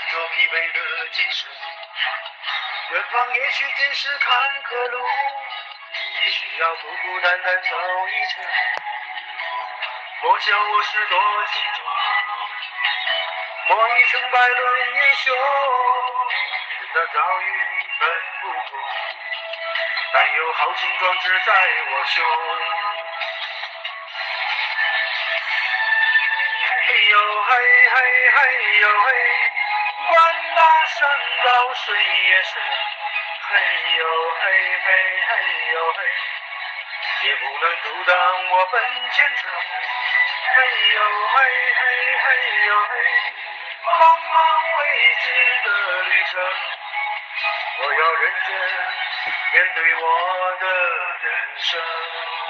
着疲惫的精神，远方也许只是坎坷路，也许要孤孤单单走一程。莫笑我是多情种，莫以成败论英雄。人的遭遇本不同，但有豪情壮志在我胸。嘿呦嘿嘿嘿呦嘿，管他山高水也深。嘿呦嘿嘿嘿呦嘿，也不能阻挡我奔前程。嘿呦嘿嘿嘿呦嘿，茫茫未知的旅程，我要认真面对我的人生。